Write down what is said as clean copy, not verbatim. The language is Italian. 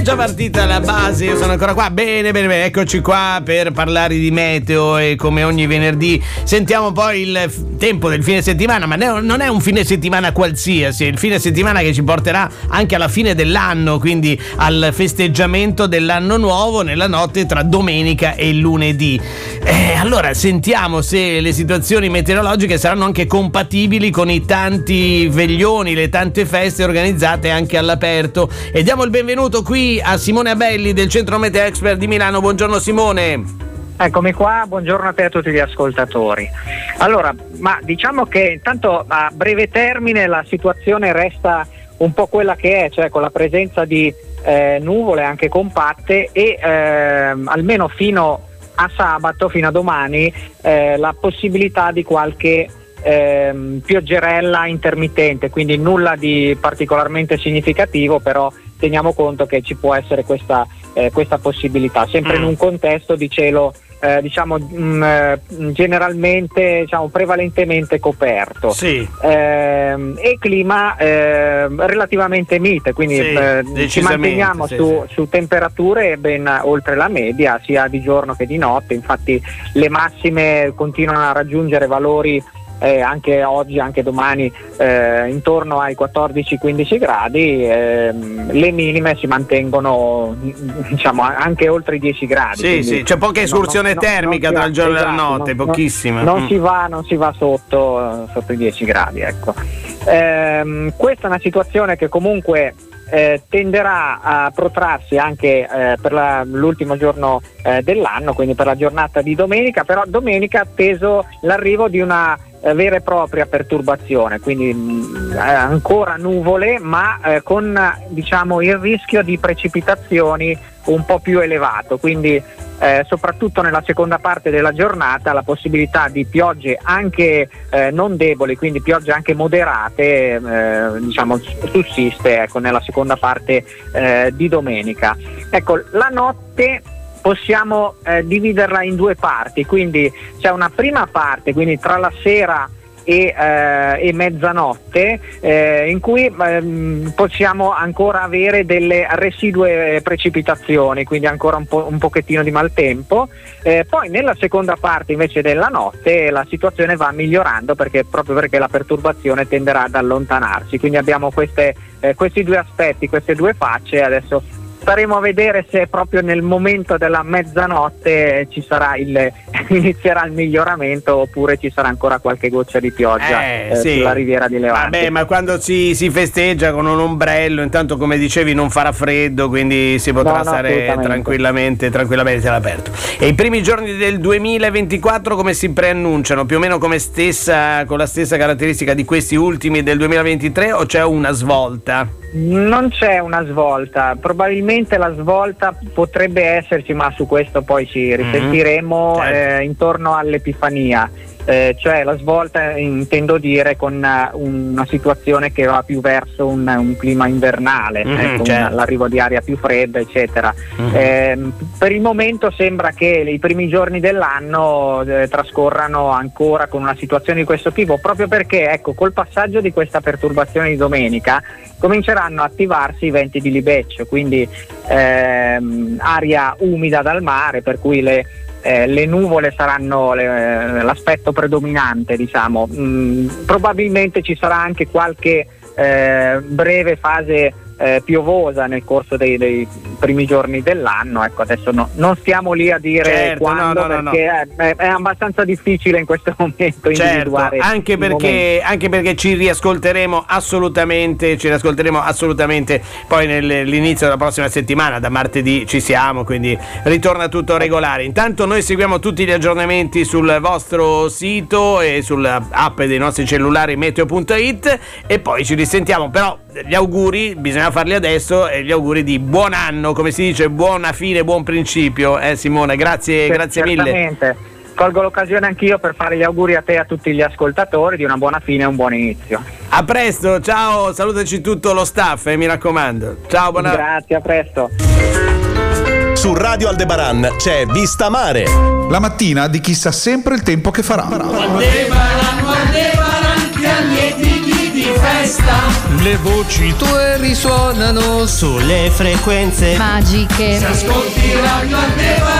già partita la base, io sono ancora qua. Bene, eccoci qua per parlare di meteo e come ogni venerdì sentiamo poi il tempo del fine settimana, ma non è un fine settimana qualsiasi, è il fine settimana che ci porterà anche alla fine dell'anno, quindi al festeggiamento dell'anno nuovo nella notte tra domenica e lunedì. Allora sentiamo se le situazioni meteorologiche saranno anche compatibili con i tanti veglioni, le tante feste organizzate anche all'aperto, e diamo il benvenuto qui a Simone Abelli del Centro Meteo Expert di Milano. Buongiorno Simone. Eccomi qua, buongiorno a te e a tutti gli ascoltatori. Allora, ma diciamo che intanto a breve termine la situazione resta un po' quella che è, cioè con la presenza di nuvole anche compatte e almeno fino a sabato, fino a domani, la possibilità di qualche pioggerella intermittente, quindi nulla di particolarmente significativo, però teniamo conto che ci può essere questa possibilità, sempre in un contesto di cielo generalmente, prevalentemente coperto, sì. E clima relativamente mite, quindi ci manteniamo su temperature ben oltre la media sia di giorno che di notte. Infatti le massime continuano a raggiungere valori anche oggi, anche domani, intorno ai 14-15 gradi, le minime si mantengono anche oltre i 10 gradi. Sì, c'è poca escursione termica tra il giorno e la notte, pochissima. Non si va sotto i 10 gradi, ecco. Questa è una situazione che comunque tenderà a protrarsi anche per l'ultimo giorno dell'anno, quindi per la giornata di domenica, però domenica atteso l'arrivo di una vera e propria perturbazione, quindi ancora nuvole, ma con il rischio di precipitazioni un po' più elevato, quindi soprattutto nella seconda parte della giornata la possibilità di piogge anche non deboli, quindi piogge anche moderate sussiste, ecco, nella seconda parte di domenica. Ecco, la notte possiamo dividerla in due parti, quindi c'è una prima parte, quindi tra la sera e mezzanotte, in cui possiamo ancora avere delle residue precipitazioni, quindi ancora un pochettino di maltempo. Poi nella seconda parte invece della notte la situazione va migliorando, proprio perché la perturbazione tenderà ad allontanarsi, quindi abbiamo questi due aspetti, queste due facce. Adesso staremo a vedere se proprio nel momento della mezzanotte inizierà il miglioramento, oppure ci sarà ancora qualche goccia di pioggia sulla riviera di Levante. Vabbè, ma quando si festeggia con un ombrello, intanto come dicevi non farà freddo, quindi si potrà stare tranquillamente all'aperto. E i primi giorni del 2024 come si preannunciano? Più o meno con la stessa caratteristica di questi ultimi del 2023, o c'è una svolta? Non c'è una svolta, probabilmente la svolta potrebbe esserci, ma su questo poi ci risentiremo intorno all'Epifania. Cioè la svolta intendo dire con una situazione che va più verso un clima invernale, l'arrivo di aria più fredda, eccetera. Per il momento sembra che i primi giorni dell'anno trascorrano ancora con una situazione di questo tipo, proprio perché, ecco, col passaggio di questa perturbazione di domenica cominceranno a attivarsi i venti di libeccio, quindi aria umida dal mare, per cui le nuvole saranno l'aspetto predominante, diciamo. Probabilmente ci sarà anche qualche breve fase piovosa nel corso dei primi giorni dell'anno. Ecco, adesso non stiamo lì a dire quando, perché è abbastanza difficile in questo momento individuare. Anche perché ci riascolteremo assolutamente poi nell'inizio della prossima settimana, da martedì ci siamo, quindi ritorna tutto regolare. Intanto noi seguiamo tutti gli aggiornamenti sul vostro sito e sull'app dei nostri cellulari meteo.it, e poi ci risentiamo. Però gli auguri bisogna farli adesso, e gli auguri di buon anno, come si dice, buona fine, buon principio, Simone, grazie mille. Certamente. Colgo l'occasione anch'io per fare gli auguri a te e a tutti gli ascoltatori di una buona fine e un buon inizio. A presto, ciao, salutaci tutto lo staff, mi raccomando. Ciao, buona. Grazie, a presto. Su Radio Aldebaran c'è Vista Mare, la mattina di chi sa sempre il tempo che farà. Aldebaran, che lieti di festa. Le voci tue risuonano sulle frequenze magiche. Se ascolti Radio Aldebaran.